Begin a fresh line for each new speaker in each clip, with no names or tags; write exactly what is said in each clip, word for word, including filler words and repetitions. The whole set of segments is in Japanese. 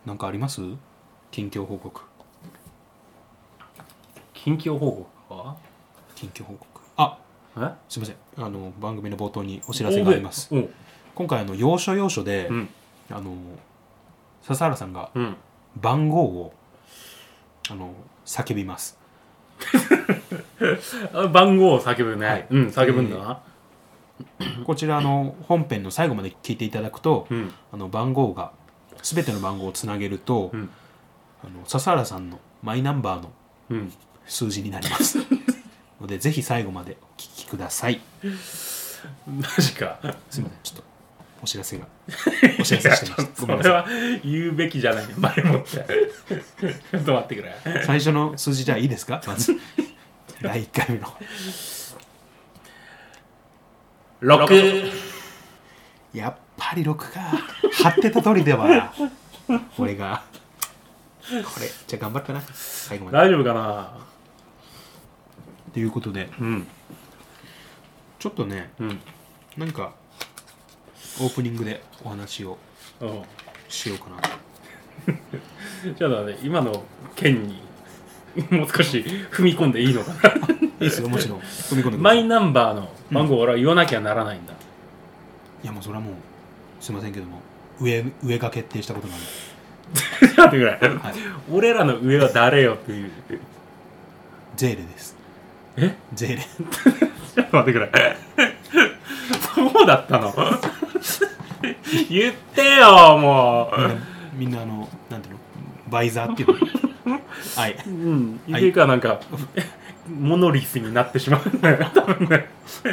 なんかあります？近況報告。
近況報告は
近況報告。あ、
え
すいません。あの番組の冒頭にお知らせがあります。
お
今回あの要所要所で、
うん
あの笹原さんが
うん
番号をあの叫びます。
あ番号を叫ぶね、
はい
うん叫ぶんだな、
こちらの本編の最後まで聞いていただくと、
うん
あの番号が全ての番号をつなげると、
うん
あの笹原さんのマイナンバーの
うん
数字になりますのでぜひ最後までお聞きください。
マジか。
すみません、ちょっとお知らせがお知らせしてました。
そ
ごめんな
れ
さい。
は言うべきじゃない前もってちょっと待ってくれ。
最初の数字じゃあいいですか？まずだいいっかいめの
ろく。
やっぱりろくか。張ってた通りでは俺がこれじゃあ頑張ったな最後まで
大丈夫かな。
ということで
うん
ちょっとね
うん
なんかオープニングでお話を
うん
しようかなと。
ちょっとね今の件にもう少し踏み込んでいいのかな。
いいですよ、もちろん踏み込んでくだ
マ
さい。
イナンバーの番号を俺は言わなきゃならないんだ、
いやもうそれはもうすいませんけども上上が決定したことなんで、
ちょっと待ってくれ、
はい、
俺らの上は誰よっていう。
ゼーレです。
え
ゼーレ
ちょっと待ってくれそうだったの言ってよも
みんなみんなあのなんていうのバイザーっていうのはい、
ううんいいかなんかモノリスになってしまうんだよ多分ね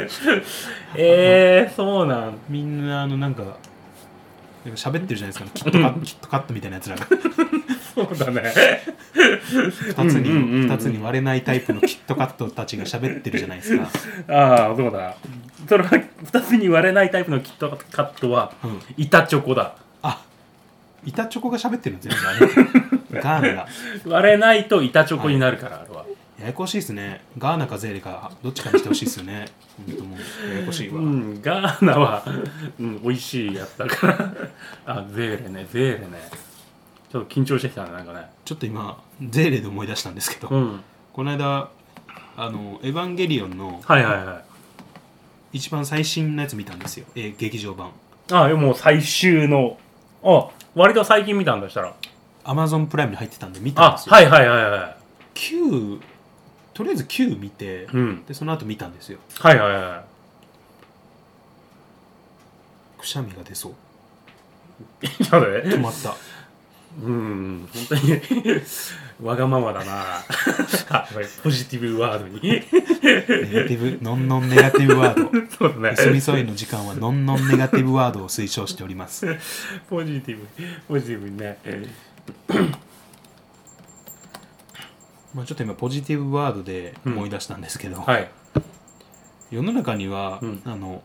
えー、そうなん
みんなあのなんかなんか喋ってるじゃないですか、キットカットキットカットみたいなやつらが
そうだね
ふたつに、
うんうんうんうん
ふたつに割れないタイプのキットカットたちが喋ってるじゃないですか。
ああそうだそれはふたつに割れないタイプのキットカットは、
うん、
板チョコだ。
あ、板チョコが喋ってるんですよあれガーナが
割れないと板チョコになるから、はい、あれは
ややこしいですね。ガーナかゼーレかどっちかにしてほしいですよね。本当もうややこしいわ。
うん、ガーナは、うん、美味しいやつだからあゼーレねゼーレねちょっと緊張してきたねなんかね。
ちょっと今ゼーレで思い出したんですけど、
うん、
この間あのエヴァンゲリオンの
はいはいはい
一番最新のやつ見たんですよ、えー、劇場版。
ああもう最終のあ割と最近見たんだしたら
アマゾンプライムに入ってたんで見たん
あ
ですよ。
はいはいはいはい
きゅうとりあえずきゅう見て、
うん、
でその後見たんですよ。
はいはいは
くしゃみが出そう。
いちょっとね
止まった
うん本当にわがままだなあやっぱりポジティブワードに
ネガティブノンノンネガティブワード
そうだね
すみそいの時間はノンノンネガティブワードを推奨しております。
ポジティブポジティブにね
まあちょっと今ポジティブワードで思い出したんですけど、
うん、はい
世の中には、うん、あの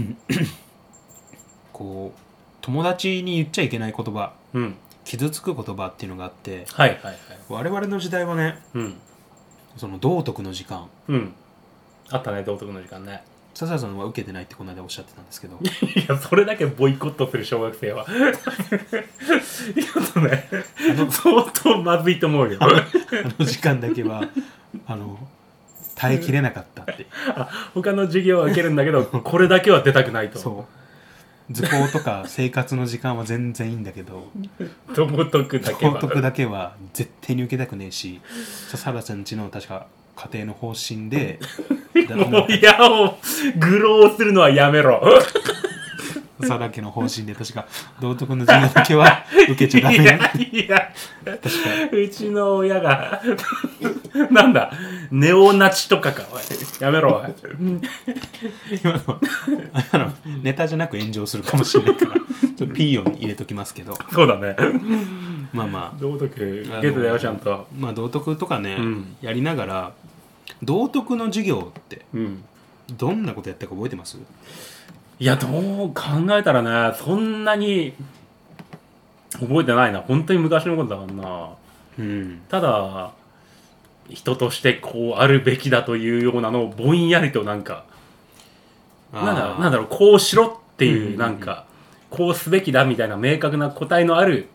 こう友達に言っちゃいけない言葉、うん、傷つく言葉っていうのがあって、
はいはいはい、
我々の時代はね、うん、その道徳の時間、うん、
あったね道徳の時間ね。
笹原さんは受けてないってこの間おっしゃってたんですけど
いやそれだけボイコットする小学生はちょっとねあの相当まずいと思うよ
あのあの時間だけはあの耐えきれなかったって
あ他の授業は受けるんだけどこれだけは出たくないと。
そう図工とか生活の時間は全然いいんだけど
道徳だけは
道徳だけは絶対に受けたくねえし、笹原さんちの確か家庭の方針で
もう矢を愚弄するのはやめろ
笹原家の方針で確か道徳の授業だけは受けちゃダメ
いやいや確かうちの親がなんだネオナチとかかやめろ
今のあのネタじゃなく炎上するかもしれないからちょっとピーを入れときますけど
そうだね
まあまあ
道徳ゲットだよちゃんと。
まあ道徳とかね、うん、やりながら道徳の授業って、うん、どんなことやったか覚えてます？
いやどう考えたらねそんなに覚えてないな本当に昔のことだからな、うん、ただ人としてこうあるべきだというようなのをぼんやりとなんかなんだなんだろうこうしろっていうなんか、うんうんうん、こうすべきだみたいな明確な答えのある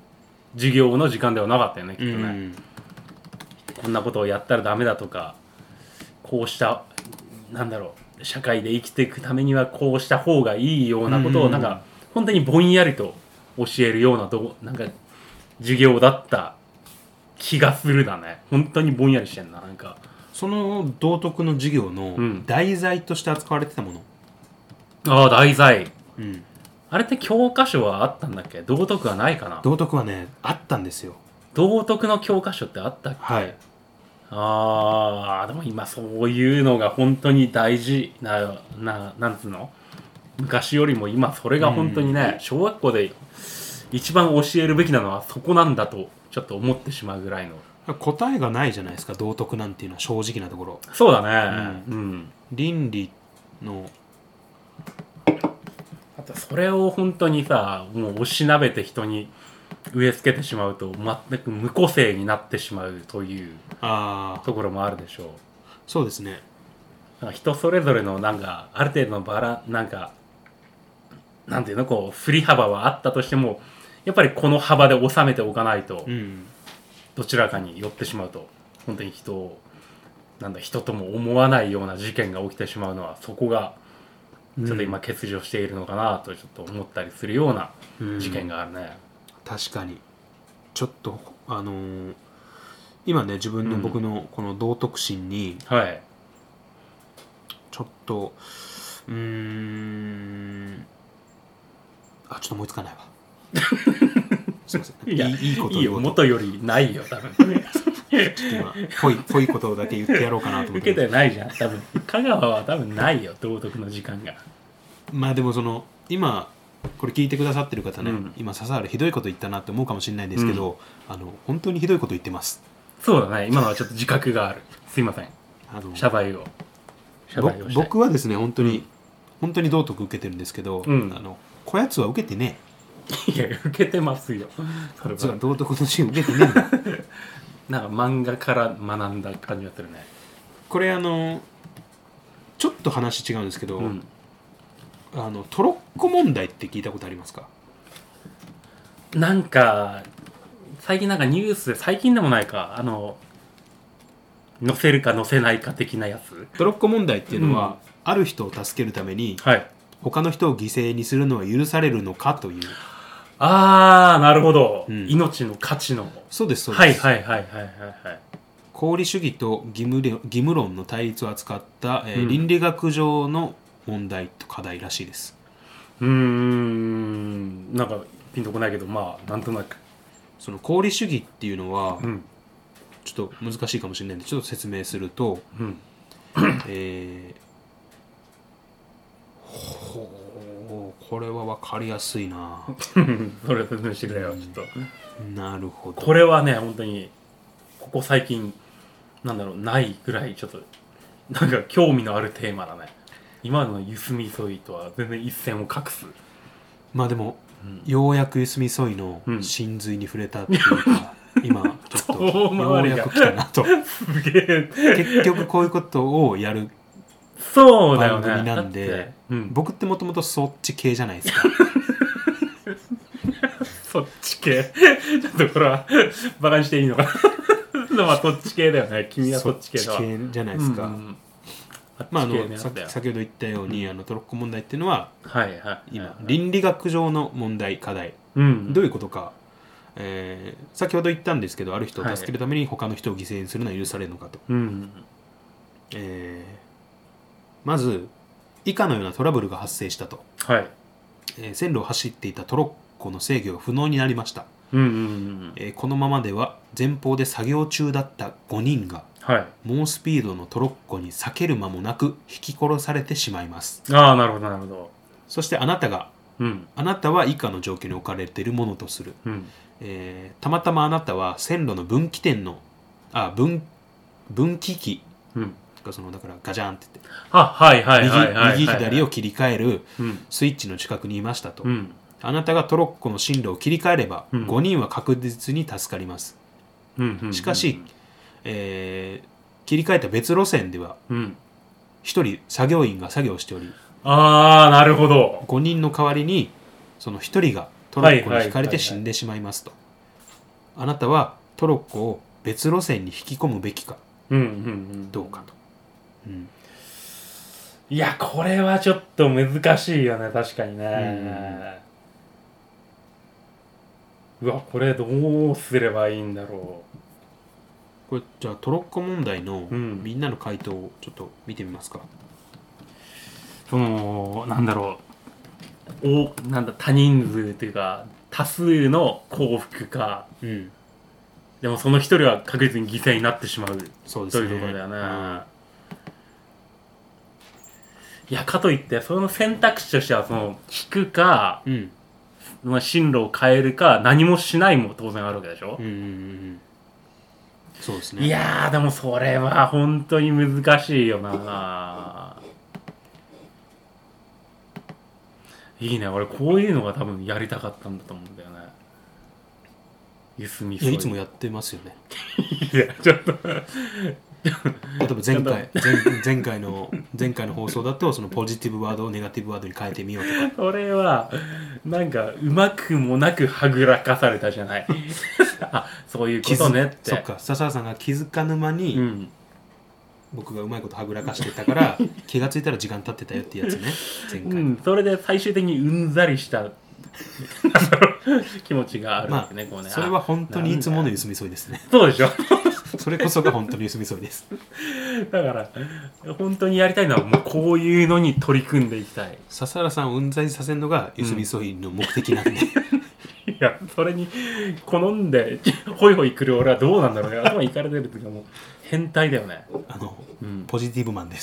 授業の時間ではなかったよね、きっとね、
うん、
こんなことをやったらダメだとか、こうしたなんだろう社会で生きていくためにはこうした方がいいようなことをなんか本当にぼんやりと教えるようなどなんか授業だった気がするだね。本当にぼんやりしてんな。なんか
その道徳の授業の題材として扱われてたもの、
うん、ああ題材、
うん、
あれって教科書はあったんだっけ？道徳はないかな？
道徳はねあったんですよ。
道徳の教科書ってあったっけ？
はい。
ああでも今そういうのが本当に大事なななんつうの、昔よりも今それが本当にね、うん、小学校で一番教えるべきなのはそこなんだとちょっと思ってしまうぐらいの。
答えがないじゃないですか、道徳なんていうのは。正直なところ
そうだね、うん、うん、
倫理の
あとそれを本当にさもうおしなべて人に植え付けてしまうと全く無個性になってしまうというところもあるでしょう。
そうですね。
人それぞれのなんかある程度のバラなんかなんていうのこう振り幅はあったとしてもやっぱりこの幅で収めておかないと、うん、どちらかに寄ってしまうと本当に人をなんだ人とも思わないような事件が起きてしまうのはそこがちょっと今欠如しているのかなとちょっと思ったりするような事件があるね、
うん、確かにちょっとあのー、今ね自分の僕のこの道徳心に、
うん、はい
ちょっとうーんあちょっと思いつかないわすいません。
いや
いい、いいこと
いいよ元よりないよ多分ちょっ
と今ぽいぽいことだけ言ってやろうかなと思って。
受けてないじゃん多分。香川は多分ないよ道徳の時間が。
まあでもその今これ聞いてくださってる方ね、うん、今笹原ひどいこと言ったなって思うかもしれないんですけど、うん、あの本当にひどいこと言ってます。
そうだね今のはちょっと自覚があるすいません。あの謝罪を謝罪をしたい。
僕はですね本当に、うん、本当に道徳受けてるんですけど、うん、あのこやつは受けてね
え。いや受けてますよ。
それは道徳の授業受けてねえんだ
なんか漫画から学んだ感じがするね。
これあのちょっと話違うんですけど、うん、あのトロッコ問題って聞いたことありますか？
なんか最近なんかニュースで最近でもないかあの載せるか載せないか的なやつ。
トロッコ問題っていうのは、うん、ある人を助けるために、はい、他の人を犠牲にするのは許されるのかという。
ああなるほど、うん、命の価値の。
そうですそうです。
はいはいはいはいはいはい
功利主義と義務義務論の対立を扱った、えーうん、倫理学上の問題と課題らしいです。
うーんなんかピンとこないけどまあなんとなく
その功利主義っていうのは、うん、ちょっと難しいかもしれないんでちょっと説明すると、うんえー、ほうこれは分かりやすいな
それ説明してくれよ、うん、ちょっ
と。なるほど。
これはね本当にここ最近なんだろうないぐらいちょっとなんか興味のあるテーマだね。今のゆすみそいとは全然一線を画す。
まあでも、うん、ようやくゆすみそいの真髄に触れたっていうか、うん、今ちょっとようやく来たなとすげえ結局こういうことをやる番組なんで、ねうん、僕ってもともとそっち系じゃないですか
そっち系ちょっとこれはバカにしていいのかなまあそっち系だよね。君はそっち系だわ。
そっち系じゃないですか、うんうんまあ、あのさ先ほど言ったように、うん、あのトロッコ問題っていうのは、はいはい、今倫理学上の問題課題、うん、どういうことか、えー、先ほど言ったんですけどある人を助けるために他の人を犠牲にするのは許されるのかと、うんえー、まず以下のようなトラブルが発生したと、はいえー、線路を走っていたトロッコの制御が不能になりました、うんうんうんえー、このままでは前方で作業中だったごにんがはい、猛スピードのトロッコに避ける間もなく引き殺されてしまいます。
ああなるほどなるほど。
そしてあなたが、うん、あなたは以下の状況に置かれているものとする、うんえー、たまたまあなたは線路の分岐点のあ分分岐器、うん、そのだからガジャンって言って
あはいはいはいはい
右左を切り替えるスイッチの近くにいましたと、うん、あなたがトロッコの進路を切り替えれば、うん、ごにんは確実に助かります、うんうん、しかし、えー、切り替えた別路線では、うん、ひとり作業員が作業しており
ああなるほど
ごにんの代わりにそのひとりがトロッコにひかれて死んでしまいますと、 あなたはトロッコを別路線に引き込むべきか、
うんうんうん、
どうかと、うん、
いやこれはちょっと難しいよね確かにね、うん、うわこれどうすればいいんだろう。
これじゃあトロッコ問題のみんなの回答をちょっと見てみますか。
そのなんだろうおなんだ多人数というか多数の幸福か、うん、でもその一人は確実に犠牲になってしまうそうです、ね、というところだよね、うん、いやかといってその選択肢としてはその引くか、うん、進路を変えるか何もしないも当然あるわけでしょ、うんうんうん、そうですね。いやーでもそれは本当に難しいよな。いいね、俺こういうのが多分やりたかったんだと思うんだよね。ゆすみそい。
いやいつもやってますよね。
いやちょっと
例えば前回 前, 前回の前回の放送だとそのポジティブワードをネガティブワードに変えてみようとか。
それはなんかうまくもなくはぐらかされたじゃない。あそういうことねって。
そっか笹原さんが気づかぬ間に、うん、僕がうまいことはぐらかしてたから気がついたら時間経ってたよってやつね前回、うん、
それで最終的にうんざりした気持ちがあるわけね、
まあ、
こうね。
それは本当にいつものゆすみそいですね。
そうでしょ。
それこそが本当にゆすみそいです。
だから本当にやりたいのはもうこういうのに取り組んでいきたい。
笹原さんをうんざりさせるのがゆすみそいの目的なんで、うん、い
やそれに好んでホイホイ来る俺はどうなんだろうね。頭いかれてるっていうかもう変態だよね。
あの、うん、ポジティブマンです。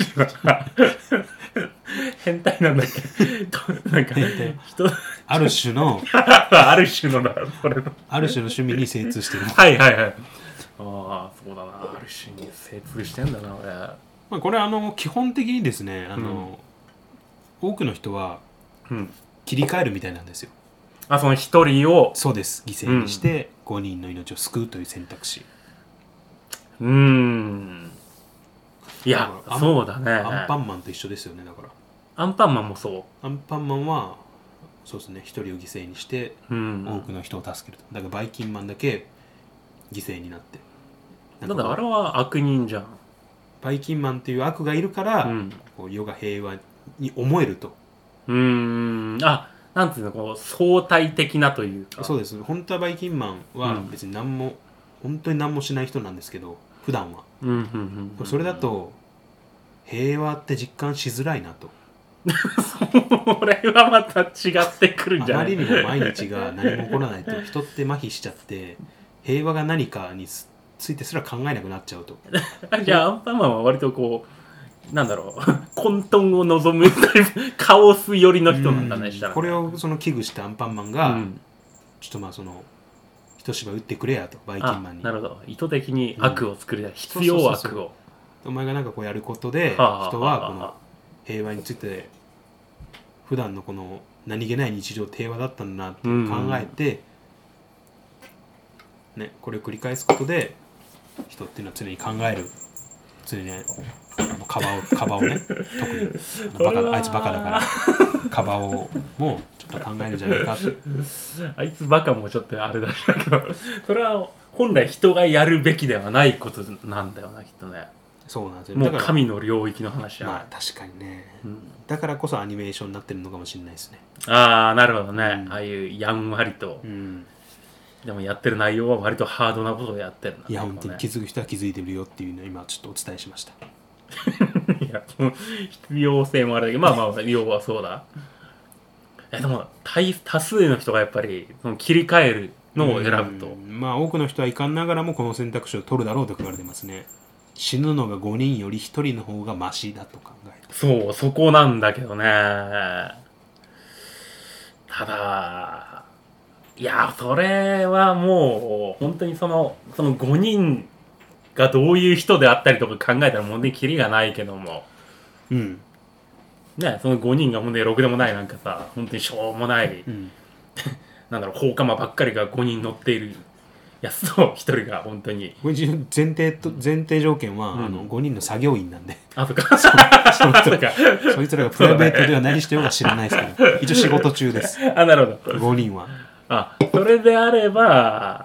変態なんだっけ。なんか
人ある種の
ある種のだこれの
ある種の趣味に精通してる。
はいはいはい。ああそうだな、ある種に精通してんだな俺。ま
あこれあの基本的にですねあの、うん、多くの人は、うん、切り替えるみたいなんですよ。
あその一人を
そうです犠牲にしてごにんの命を救うという選択肢。
うーんいやそうだね。
アンパンマンと一緒ですよね。だから
アンパンマンもそう。
アンパンマンはそうですね一人を犠牲にして多くの人を助けると。だからバイキンマンだけ犠牲になって。
だからあれは悪人じゃん。
バイキンマンっていう悪がいるから、うん、こう世が平和に思えると。
うーんあなんていうのこう相対的なというか。
そうです。本当はバイキンマンは別に何も、うん、本当に何もしない人なんですけど普段は、うんうんうんうん、それだと平和って実感しづらいなと。
それはまた違ってくるんじゃない。
あまりにも毎日が何も起こらないと人って麻痺しちゃって平和が何かについてすら考えなくなっちゃうと。
じゃあアンパンマンは割とこうなんだろう混沌を望むタイプカオス寄りの人なんだね。
これをその危惧したアンパンマンが、うん、ちょっとまあその一芝居打ってくれやとバイキンマンに。
なるほど意図的に悪を作りたい、うん、必要悪を。そうそうそうそう
お前がなんかこうやることで、はあ、人はこの平和について普段のこの何気ない日常平和だったんだなって考えて、うん、ね、これを繰り返すことで人っていうのは常に考える。常にねカバをカバをね特にバカあいつバカだからカバをもちょっと考えるんじゃないかって。
あいつバカもちょっとあれだけどそれは本来人がやるべきではないことなんだよなきっとね。
そうなんですよ。
もう神の領域の話じゃない。
まあ確かにね、うん、だからこそアニメーションになってるのかもしれないですね。
ああなるほどね、うん、ああいうやんわりと、うん、でもやってる内容は割とハードなことをやってるんだ、ね、
いや本当に気づく人は気づいてるよっていうのを今ちょっとお伝えしました。
いやその必要性もあるけどまあまあ要はそうだ。いやでも 多, 多数の人がやっぱりその切り替えるのを選ぶと、
まあ多くの人はいかんながらもこの選択肢を取るだろうと書かれてますね。死ぬのがごにんよりひとりの方がマシだと考える。
そうそこなんだけどね。ただいやそれはもう本当にそのそのごにんがどういう人であったりとか考えたら本当にキリがないけども、うんね、そのごにんが本当にろくでもないなんかさ本当にしょうもない、うん、なんだろう放火魔ばっかりがごにん乗っているやつとひとりが本当に
前提と前提条件は、うん、あのごにんの作業員なんで。
あそっかそ
そいつらがプライベートでは何してようか知らないですけど一応仕事中です。
あなるほど
ごにんは。
あそれであれば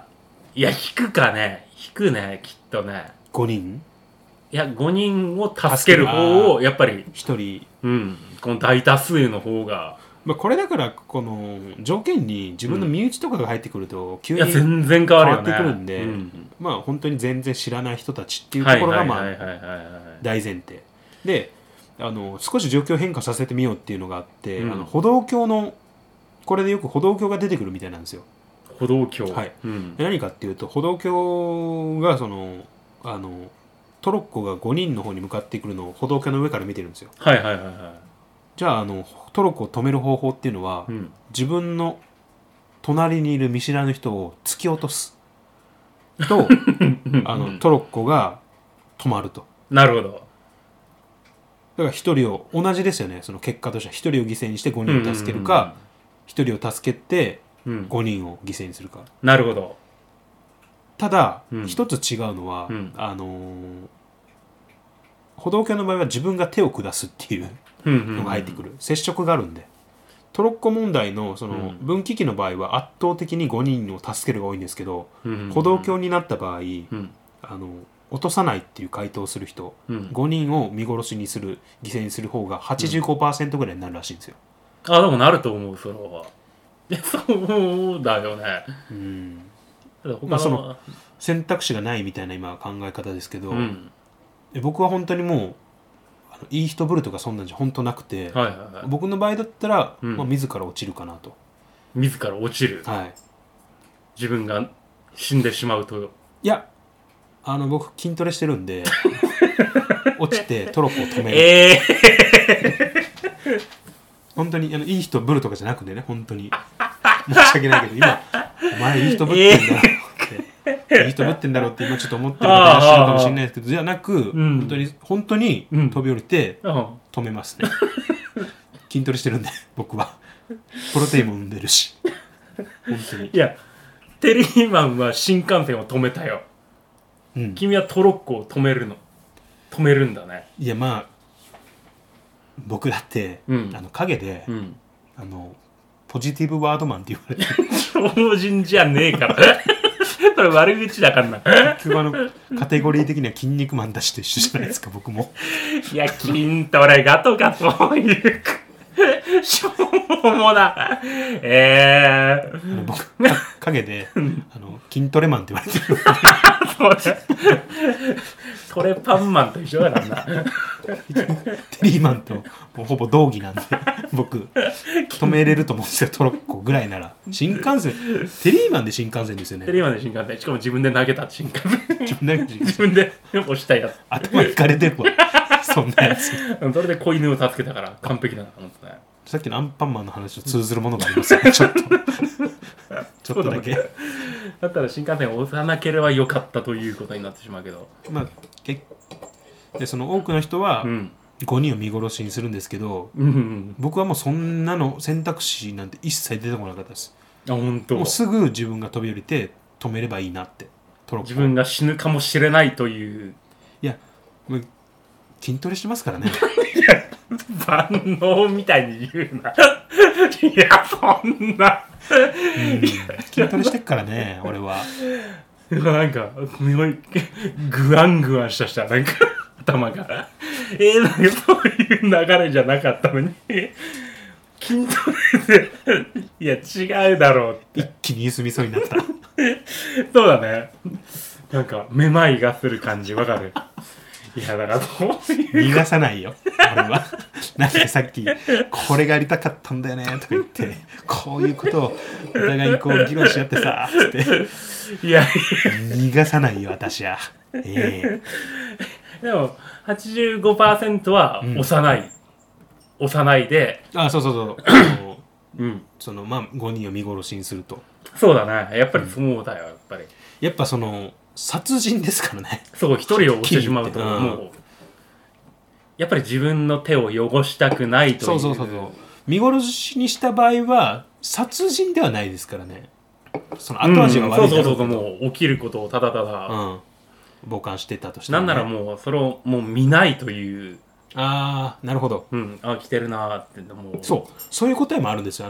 いや引くかね引くねきっとね
ごにん
いやごにんを助ける方をやっぱり
ひとり
うんこの大多数の方が
まあこれだからこの条件に自分の身内とかが入ってくると急に
全然変わ
ってくるんでまあ本当に全然知らない人たちっていうところがまあ大前提であの少し状況変化させてみようっていうのがあって、うん、あの歩道橋のこれでよく歩道橋が出てくるみたいなんですよ。
歩道橋
はい、うん、何かっていうと歩道橋がそのあのトロッコがごにんの方に向かってくるのを歩道橋の上から見てるんですよ。
はいはいはいはい。
じゃああのトロッコを止める方法っていうのは、うん、自分の隣にいる見知らぬ人を突き落とすとあのトロッコが止まると。
なるほど。
だからひとりを同じですよねその結果としてはひとりを犠牲にしてごにんを助けるかひとりを助けてごにんを犠牲にするか、うん、
なるほど。
ただ一、うん、つ違うのは、うん、あのー、歩道橋の場合は自分が手を下すっていうのが入ってくる、うんうんうん、接触があるんでトロッコ問題 の, その分岐器の場合は圧倒的にごにんを助けるが多いんですけど、うんうんうん、歩道橋になった場合、うん、あの落とさないっていう回答をする人、うん、ごにんを見殺しにする犠牲にする方が はちじゅうごパーセント ぐらいになるらしいんですよ、
うん、あでもなると思うそれはいやそうだよねうん
まあその選択肢がないみたいな今考え方ですけど、うん、僕は本当にもうあのいい人ぶるとかそんなんじゃ本当なくて、はいはいはい、僕の場合だったら、うんまあ、自ら落ちるかなと。
自ら落ちる、はい、自分が死んでしまうと
いやあの僕筋トレしてるんで落ちてトロッコを止める、えー、本当にあのいい人ぶるとかじゃなくてね本当に申し訳ないけど今お前いい人ぶってんだろうって、えー、いい人ぶってんだろうって今ちょっと思ってる方いらっしゃるかもしれないですけどじゃなく、うん、本当に本当に飛び降りて止めますね、うん、筋トレしてるんで僕はプロテインも飲んでるし
本当にいやテリーマンは新幹線を止めたよ、うん、君はトロッコを止めるの止めるんだね。
いやまあ僕だって、うん、あの陰で、うん、あのポジティブワードマンって言われてる
超人じゃねえからそれ悪口だからな
結局あのカテゴリー的には筋肉マンだしと一緒じゃないですか僕も
いや筋トレがとかそういうしょうもなえー、
僕陰であの筋トレマンって言われてる
そうトレパンマンと一緒だからな
テリーマンともうほぼ同義なんで僕止めれると思うんですよトロッコぐらいなら新幹線テリーマンで新幹線ですよね。
テリーマンで新幹線しかも自分で投げた新幹線自分で自分で押したやつ
頭いかれてるわそんなやつ
それで子犬を助けたから完璧だなと思ってね。
さっきのアンパンマンの話と通ずるものがありますよねちょっとちょっとだけだ
ったら新幹線を押さなければよかったということになってしまうけど
まあけでその多くの人はごにんを見殺しにするんですけど、うんうんうん、僕はもうそんなの選択肢なんて一切出てこなかったです。
あ本当。
もうすぐ自分が飛び降りて止めればいいなって
自分が死ぬかもしれないという
いやもう筋トレしてますからね
いや万能みたいに言うないやそんな
うん筋トレしてっからね俺は
なんかすごいグワングワンしたしたなんか頭がえー、なんかそういう流れじゃなかったのに筋トレでいや違うだろうって
一気にゆすみそうになった
そうだねなんかめまいがする感じわかるいやだからどういう
逃がさないよ俺はなんかさっきこれがやりたかったんだよねとか言ってこういうことをお互いにこう議論し合ってさつっていや逃がさないよ私は、え
ー、でも はちじゅうごパーセント は押さない、うん、押さないで
あそうそうそうあの、うん、そのまあごにんを見殺しにすると
そうだねやっぱりそうだよやっぱり
やっぱその殺人ですからね
そう一人を押してしまうともうやっぱり自分の手を汚したくないという
そうそうそうそう見殺しにした場合は殺人ではないですからねその後味が悪い、うん、
そうそうそうもう起きることをただただ、うん、
傍観してたとして、
ね、なんならもうそれをもう見ないという
ああなるほど、
うん、あ来てるなーってもう
そうそういう答えもあるんですよあの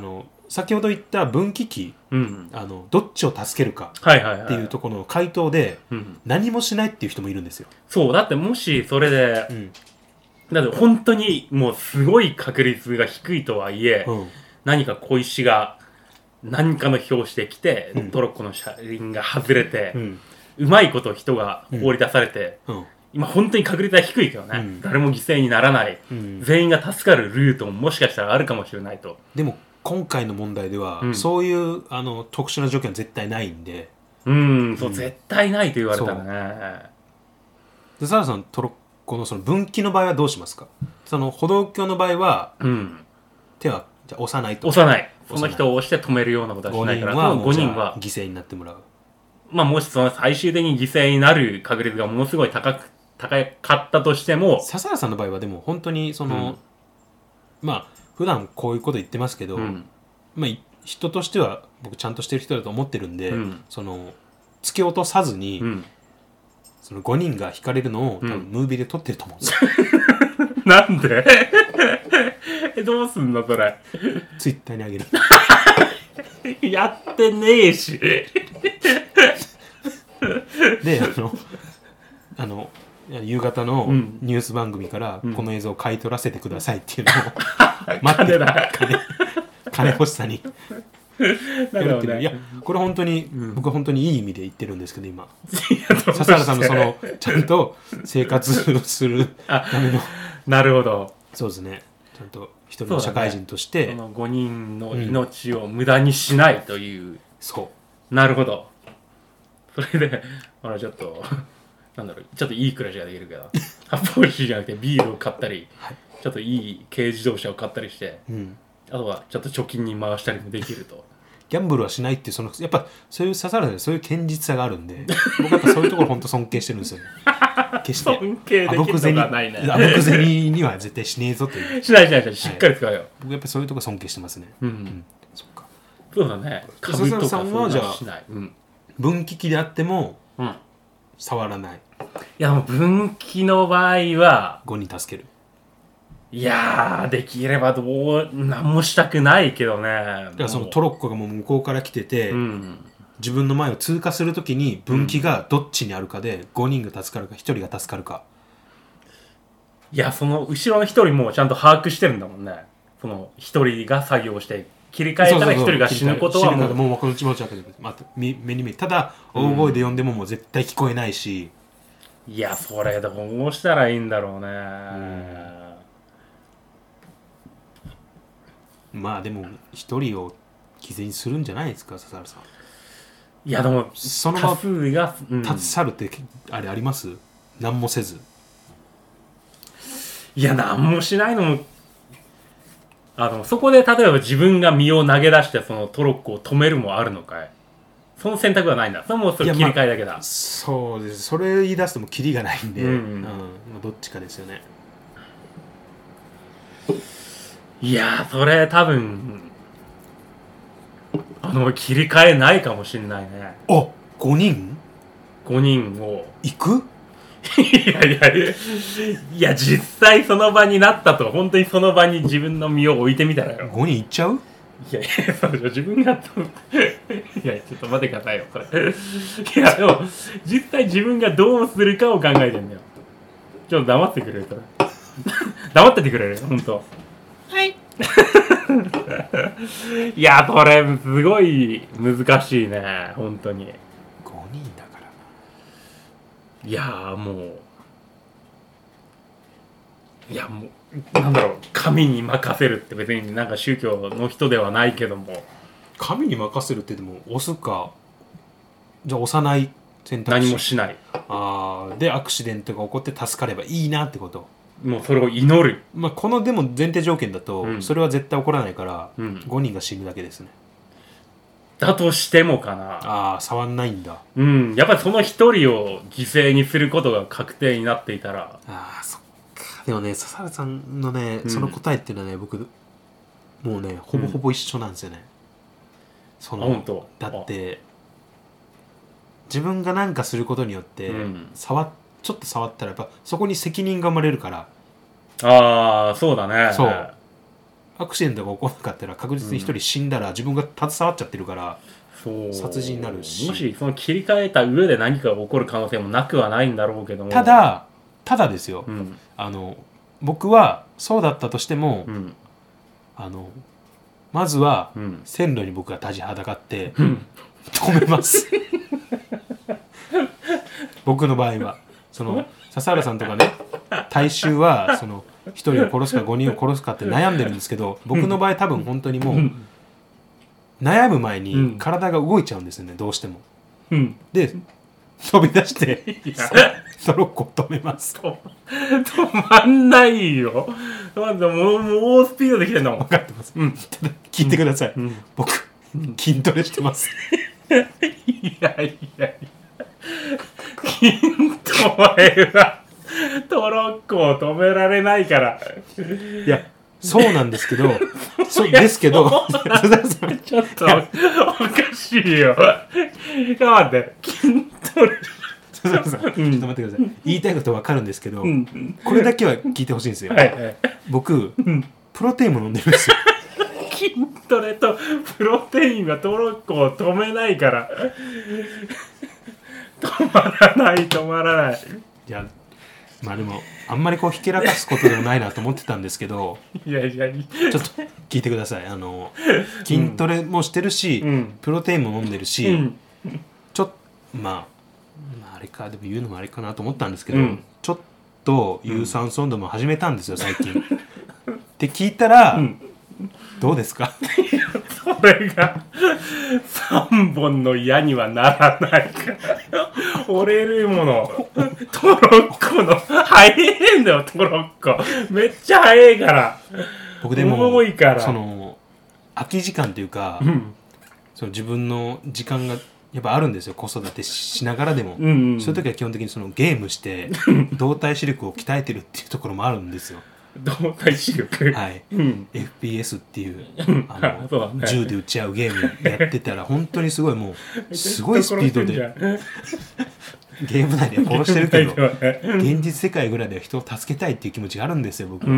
先ほど言った分岐器、
うん、
あのどっちを助けるかっていうところの回答で、何もしないっていう人もいるんですよ。
そうだってもしそれで、うん、だって本当にもうすごい確率が低いとはいえ、うん、何か小石が何かの拍子で来て、うん、トロッコの車輪が外れて、うん、うまいこと人が放り出されて、うんうん、今本当に確率は低いけどね、うん、誰も犠牲にならない、うん、全員が助かるルートももしかしたらあるかもしれないと。
でも今回の問題では、うん、そういうあの特殊な条件は絶対ないんで、
うん、そう、うん、絶対ないと言われたらね。
でサラさんトロッコのその分岐の場合はどうしますか？その歩道橋の場合は、うん、手はじゃ押さないと。
押さない。その人を押して止めるようなことはしないから、
ごにんは犠牲になってもらう。
まあもしその最終的に犠牲になる確率がものすごい高く高かったとしても、
笹原さんの場合はでも本当にその、うん、まあ普段こういうこと言ってますけど、うん、まあ人としては僕ちゃんとしてる人だと思ってるんで、うん、その突き落とさずに、うん、そのごにんが引かれるのを多分ムービーで撮ってると思うんですよ。
なんでえどうすんのそれ。
ツイッターにあげる。
やってねえし。
であのあの夕方のニュース番組からこの映像を買い取らせてくださいっていうのを待ってる金, 金欲しさにやるっていう、ね、いやこれ本当に、うん、僕は本当にいい意味で言ってるんですけど今笹原さんのそのちゃんと生活するための
なるほど
そうですねちゃんと一人の社会人として
そ,、ね、そのごにんの命を無駄にしないという、うん、そうなるほどそれであれちょっとなんだろうちょっといい暮らしができるけど発泡酒じゃなくてビールを買ったり、はい、ちょっといい軽自動車を買ったりして、うん、あとはちょっと貯金に回したりもできると。
ギャンブルはしないっていうそのやっぱそういう刺さるそういう堅実さがあるんで僕はやっぱそういうところ本当尊敬してるんですよね。決して
尊敬できるのがないね。
あぶく銭には絶対しねえぞという
しないしないしないしっかり使うよ、はい、
僕やっぱそういうところ尊敬してますね。うん、うん、
そっかそうだね。
笹原さんはじゃあ分岐器であっても、うん、触らない。
いやもう分岐の場合は
ごにん助ける。
いやーできればどう何もしたくないけどね。
だからそのトロッコがもう向こうから来てて、うん、自分の前を通過するときに分岐がどっちにあるかでごにんが助かるかひとりが助かるか。
いやその後ろのひとりもちゃんと把握してるんだもんね。そのひとりが作業して切り替えたらひとりが死ぬことはもう
もうこの気持ちわかる。また目に見えただ大声で呼んでももう絶対聞こえないし、
うん、いやそれどうしたらいいんだろうね。うん
まあでも一人を犠牲にするんじゃないですか笹原さん。
いやでも
その場立ち去るってあれあります？何もせず。
いや何もしないのもあのそこで例えば自分が身を投げ出してそのトロッコを止めるもあるのかい。その選択はないんだ。それもそれ切り替えだけだ、
まあ、そうです。それ言い出すともキリがないんで、うんうん、どっちかですよね。
いやーそれ多分あの切り替えないかもしんないね。
あごにん
ごにんを
行く
いやいやいやいや実際その場になったと本当にその場に自分の身を置いてみたらよ。
ごにん行っちゃう？
いやいやそうでしょ自分がいやちょっと待ってくださいよこれいやでも実際自分がどうするかを考えてんだよ。ちょっと黙ってくれるから黙っててくれる本当はいいやこれすごい難しいね本当に。
ごにんだからな。
いやもういやもうなんだろう神に任せるって別になんか宗教の人ではないけども
神に任せるってでも押すかじゃあ押さない選択肢
何もしない。
あでアクシデントが起こって助かればいいなってこと。
もうそれを祈る、
まあ、このでも前提条件だと、うん、それは絶対起こらないから、うん、ごにんが死ぬだけですね。
だとしてもかな。
ああ触んないんだ。
うんやっぱりその一人を犠牲にすることが確定になっていたら。
ああそっか。でもね笹原さんのね、うん、その答えっていうのはね僕もうねほぼほぼ一緒なんですよね、うん、その
本当
だって自分が何かすることによって、うん、触っちょっと触ったらやっぱそこに責任が生まれるから。
ああそうだね。
そうアクシデントが起こらなかったら確実に一人死んだら自分が携わっちゃってるから、そう殺人になるし、
もしその切り替えた上で何かが起こる可能性もなくはないんだろうけども、
ただただですよ、うん、あの僕はそうだったとしても、うん、あのまずは、うん、線路に僕が立ちはだかって、うん、止めます僕の場合はその笹原さんとかね大衆はそのひとりを殺すかごにんを殺すかって悩んでるんですけど、僕の場合多分本当にもう悩む前に体が動いちゃうんですよね、どうしても、うん、で飛び出してトロッコを止めます。
止まんないよ。もう猛スピードで来てんの。
分かってます、うん、ただ聞いてください、うん、僕、うん、筋トレしてます
いやいやいや筋トレはトロッコを止められないから。
いやそうなんですけどそうですけど
ちょっとおかしいよ。待って筋トレ
ちょっと待ってください。言いたいこと分かるんですけど、うん、これだけは聞いてほしいんですよ、はいはい、僕、うん、プロテインも飲んでるんですよ
筋トレとプロテインはトロッコを止めないから止まらない止まらない。
いやまあでもあんまりこうひけらかすことでもないなと思ってたんですけど
いやいやちょ
っと聞いてください。あの筋トレもしてるし、うん、プロテインも飲んでるし、うん、ちょっとまああれかでも言うのもあれかなと思ったんですけど、うん、ちょっと有酸素運動も始めたんですよ最近って聞いたら、うん、どうですか
それがさんぼんの矢にはならないから折れるものトロッコの速いんだよトロッコめっちゃ速いから。
僕でも重いからその空き時間というか、うん、その自分の時間がやっぱあるんですよ、子育てしながらでも、うんうん、そういう時は基本的にそのゲームして動体視力を鍛えてるっていうところもあるんですよ
動体視力
はい、うん、エフピーエス っていうあの、ね、銃で撃ち合うゲームやってたら本当にすごいもうすごいスピードでゲーム内では殺してるけど、ね、現実世界ぐらいでは人を助けたいっていう気持ちがあるんですよ僕は、うん、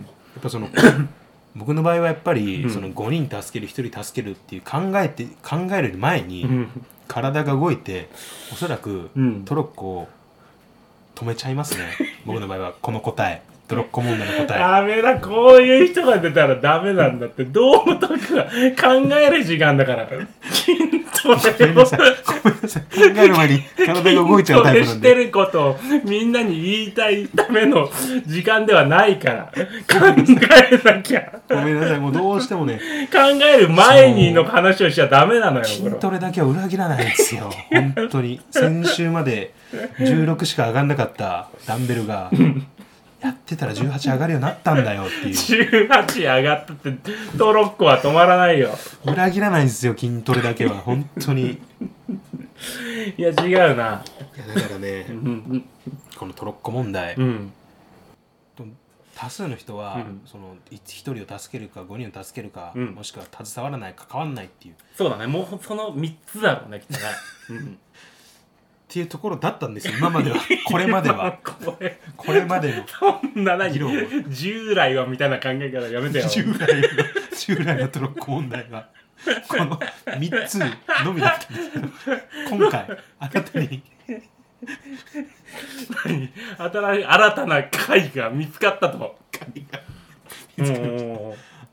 やっぱその僕の場合はやっぱり、うん、そのごにん助けるひとり助けるっていう考えて考える前に、うん、体が動いておそらく、うん、トロッコを止めちゃいますね僕の場合はこの答えトロッコ問題の答え。
ダメだ、こういう人が出たらダメなんだって。どうもとくは考える時間だから筋トレをごめんなさい
ごめんなさい考える前に体が動いちゃうタイプなんで、
筋トレしてることをみんなに言いたいための時間ではないから考えなきゃ。
ごめんなさい、もうどうしてもね
考える前にの話をしちゃダメなのよ。
筋トレだけは裏切らないんですよ本当に。先週までじゅうろくしか上がんなかったダンベルがやってたらじゅうはち上がるようになったんだよっていう。
じゅうはち上がったってトロッコは止まらないよ。
裏切らないんですよ筋トレだけは本当に。
いや違うな。いや
だからねこのトロッコ問題、うん、多数の人は、うん、そのひとりを助けるかごにんを助けるか、うん、もしくは携わらない関わらないっていう。
そうだね、もうそのみっつだろうねきっとね、うん
っていうところだったんですよ今までは。これまではこれこれまでの
そんな何従来はみたいな考え方やめてよ。
従来の従来のトロッコ問題はこのみっつのみだったんですけど、今回新たに
何新しい新たな解が見つかったと。解が
見つかりました。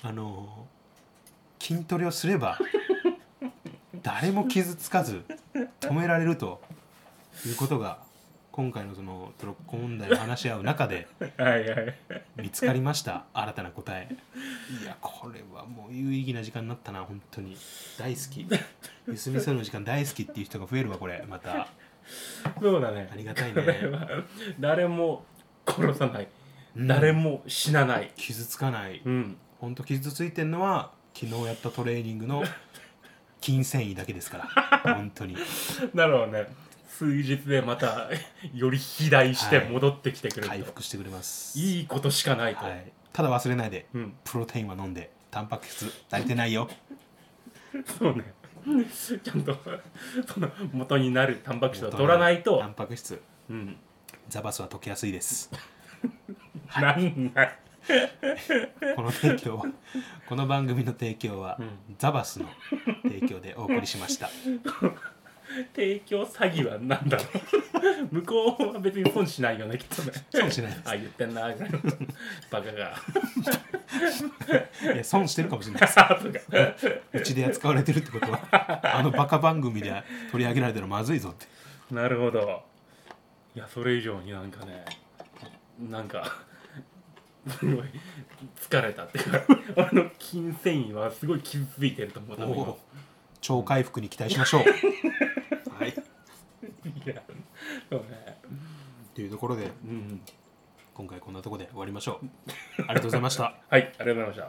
あの筋トレをすれば誰も傷つかず止められるということが今回のそのトロッコ問題を話し合う中で見つかりました新たな答え。いやこれはもう有意義な時間になったな本当に。大好きゆすみその時間大好きっていう人が増えるわこれまた。
そうだね、
ありがたいね。
誰も殺さない、うん、誰も死なない、
傷つかない、うん、本当傷ついてるのは昨日やったトレーニングの筋繊維だけですから本当に。
なるほどね。数日でまたより肥大して戻ってきてくれる、
はい、回復してくれます。
いいことしかないと、
はい、ただ忘れないで、うん、プロテインは飲んでタンパク質足りてないよ
そうねちゃんとその元になるタンパク質を取らないと。
タンパク質、うん、ザバスは溶けやすいです
なんだ
この提供はこの番組の提供は、うん、ザバスの提供でお送りしました
提供詐欺は何だろう向こうは別に損しないよねきっとね。
損しないです。
あ言ってんなバカが
いや損してるかもしれないですうちで扱われてるってことはあのバカ番組で取り上げられたらまずいぞって。
なるほど。いやそれ以上になんかねなんかすごい疲れたっていうかあの筋繊維はすごい傷ついてると思う。多分
超回復に期待しましょうはいいやそうねっていうところで、うん、今回こんなところで終わりましょうありがとうございました
はいありがとうございました。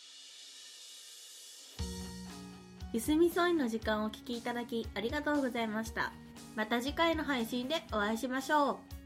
ゆすみそいの時間をお聞きいただきありがとうございました。また次回の配信でお会いしましょう。